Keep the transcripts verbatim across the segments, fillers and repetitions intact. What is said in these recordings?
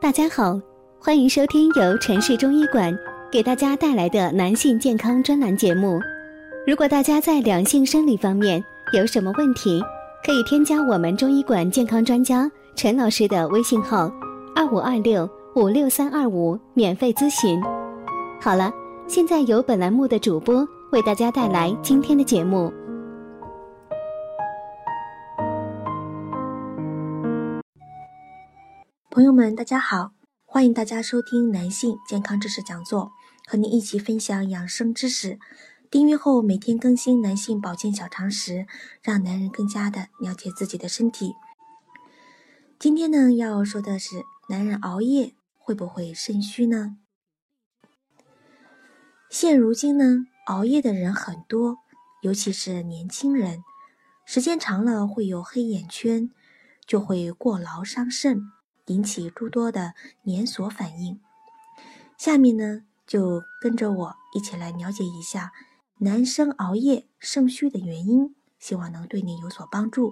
大家好，欢迎收听由城市中医馆给大家带来的男性健康专栏节目。如果大家在两性生理方面有什么问题，可以添加我们中医馆健康专家陈老师的微信号二五二六五六三二五免费咨询。好了，现在由本栏目的主播为大家带来今天的节目。 朋友们大家好，欢迎大家收听男性健康知识讲座，和您一起分享养生知识。订阅后每天更新男性保健小常识，让男人更加的了解自己的身体。今天呢要说的是，男人熬夜会不会肾虚呢？现如今呢，熬夜的人很多，尤其是年轻人，时间长了会有黑眼圈，就会过劳伤肾，引起诸多的连锁反应。下面呢，就跟着我一起来了解一下男生熬夜肾虚的原因，希望能对你有所帮助。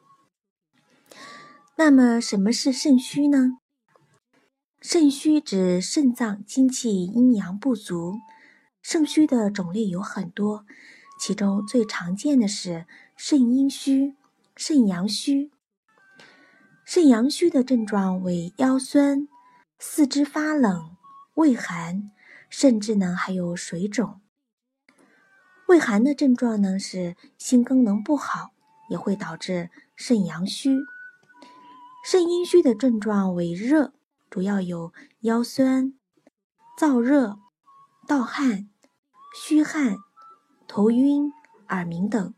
那么什么是肾虚呢？肾虚指肾脏精气阴阳不足，肾虚的种类有很多，其中最常见的是肾阴虚、肾阳虚。肾阳虚的症状为腰酸、四肢发冷、畏寒，甚至呢还有水肿。畏寒的症状呢是心功能不好，也会导致肾阳虚。肾阴虚的症状为热，主要有腰酸、燥热、盗汗、虚汗、头晕、耳鸣等。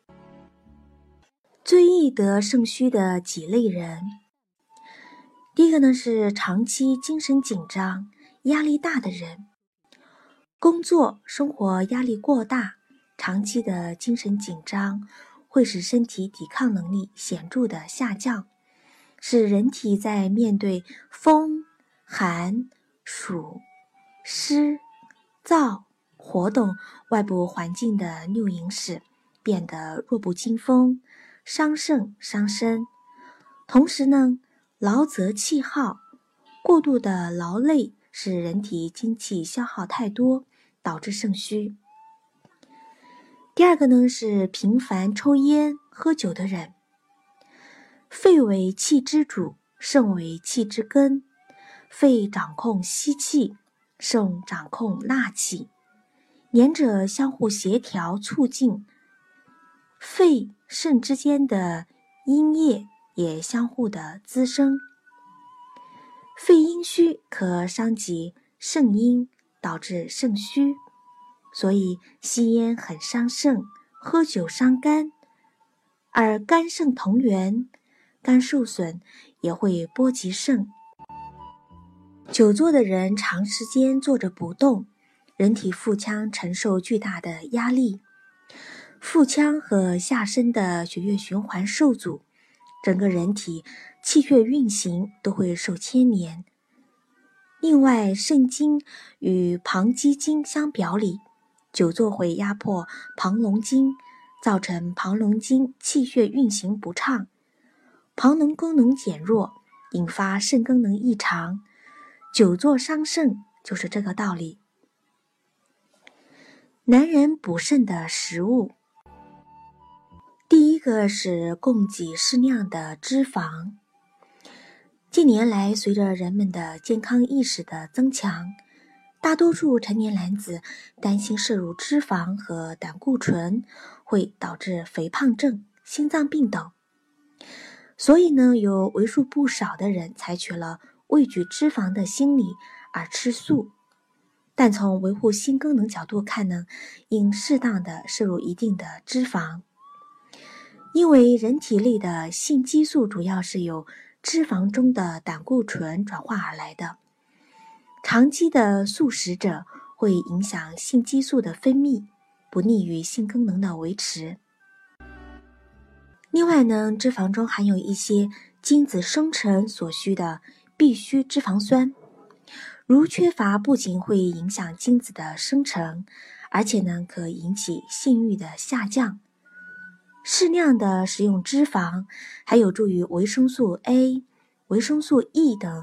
最易得肾虚的几类人，第一个呢是长期精神紧张、压力大的人，工作生活压力过大，长期的精神紧张会使身体抵抗能力显著的下降，使人体在面对风、寒、暑、湿、燥、火等外部环境的六淫时变得弱不禁风，伤肾伤身。同时呢，劳则气耗，过度的劳累使人体精气消耗太多，导致肾虚。第二个呢是频繁抽烟喝酒的人，肺为气之主，肾为气之根，肺掌控吸气，肾掌控纳气，两者相互协调促进，肺肾之间的阴液也相互的滋生。肺阴虚可伤及肾阴，导致肾虚，所以吸烟很伤肾，喝酒伤肝，而肝肾同源，肝受损也会波及肾。久坐的人长时间坐着不动，人体腹腔承受巨大的压力，腹腔和下身的血液循环受阻，整个人体气血运行都会受牵连。另外，肾经与膀肌经相表里，久坐会压迫膀胱经，造成膀胱经气血运行不畅，膀胱功能减弱，引发肾功能异常。久坐伤肾就是这个道理。男人补肾的食物，第一个是供给适量的脂肪。近年来，随着人们的健康意识的增强，大多数成年男子担心摄入脂肪和胆固醇会导致肥胖症、心脏病等，所以呢，有为数不少的人采取了畏惧脂肪的心理而吃素。但从维护心功能角度看呢，应适当的摄入一定的脂肪，因为人体内的性激素主要是由脂肪中的胆固醇转化而来的，长期的素食者会影响性激素的分泌，不利于性功能的维持。另外呢，脂肪中含有一些精子生成所需的必需脂肪酸，如缺乏不仅会影响精子的生成，而且呢可引起性欲的下降。适量的食用脂肪还有助于维生素 A、维生素 E 等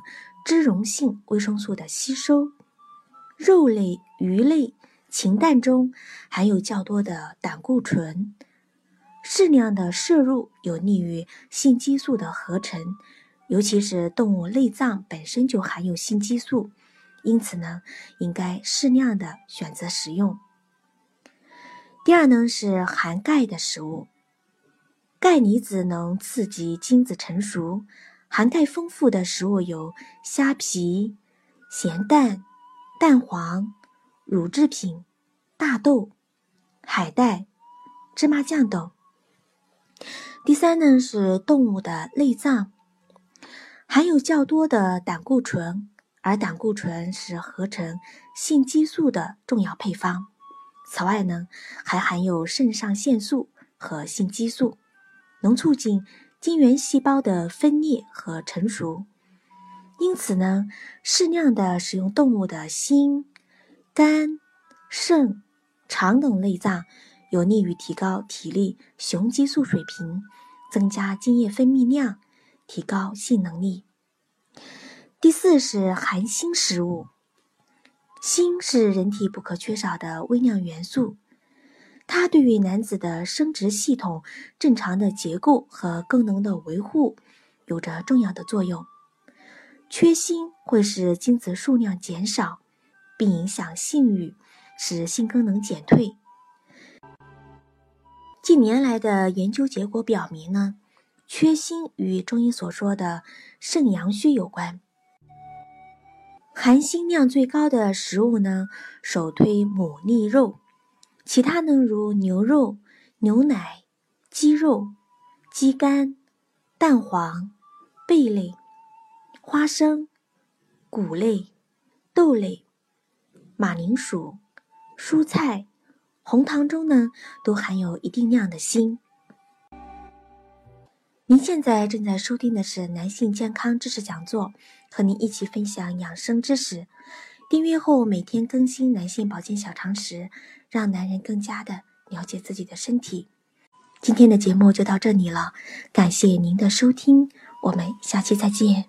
脂溶性维生素的吸收。肉类、鱼类、禽蛋中含有较多的胆固醇，适量的摄入有利于性激素的合成，尤其是动物内脏本身就含有性激素，因此呢，应该适量的选择食用。第二呢，是含钙的食物。钙离子能刺激精子成熟，含钙丰富的食物有虾皮、咸蛋、蛋黄、乳制品、大豆、海带、芝麻酱等。第三呢，是动物的内脏，含有较多的胆固醇，而胆固醇是合成性激素的重要配方。此外呢，还含有肾上腺素和性激素，能促进精原细胞的分裂和成熟。因此呢，适量的使用动物的心、肝、肾、肠等内脏，有利于提高体内雄激素水平，增加精液分泌量，提高性能力。第四是含锌食物。锌是人体不可缺少的微量元素，它对于男子的生殖系统正常的结构和功能的维护有着重要的作用。缺锌会使精子数量减少，并影响性欲，使性功能减退。近年来的研究结果表明呢，缺锌与中医所说的肾阳虚有关。含锌量最高的食物呢，首推牡蛎肉，其他呢如牛肉、牛奶、鸡肉、鸡肝、蛋黄、贝类、花生、谷类、豆类、马铃薯、蔬菜、红糖中呢都含有一定量的锌。您现在正在收听的是男性健康知识讲座，和您一起分享养生知识。订阅后每天更新男性保健小常识，让男人更加的了解自己的身体。今天的节目就到这里了，感谢您的收听，我们下期再见。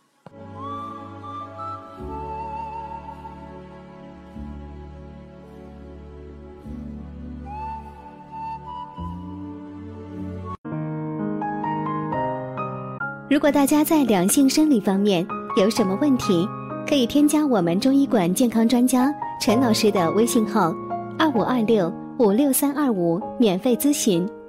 如果大家在两性生理方面有什么问题，可以添加我们中医馆健康专家陈老师的微信号二五二六五六三二五免费咨询。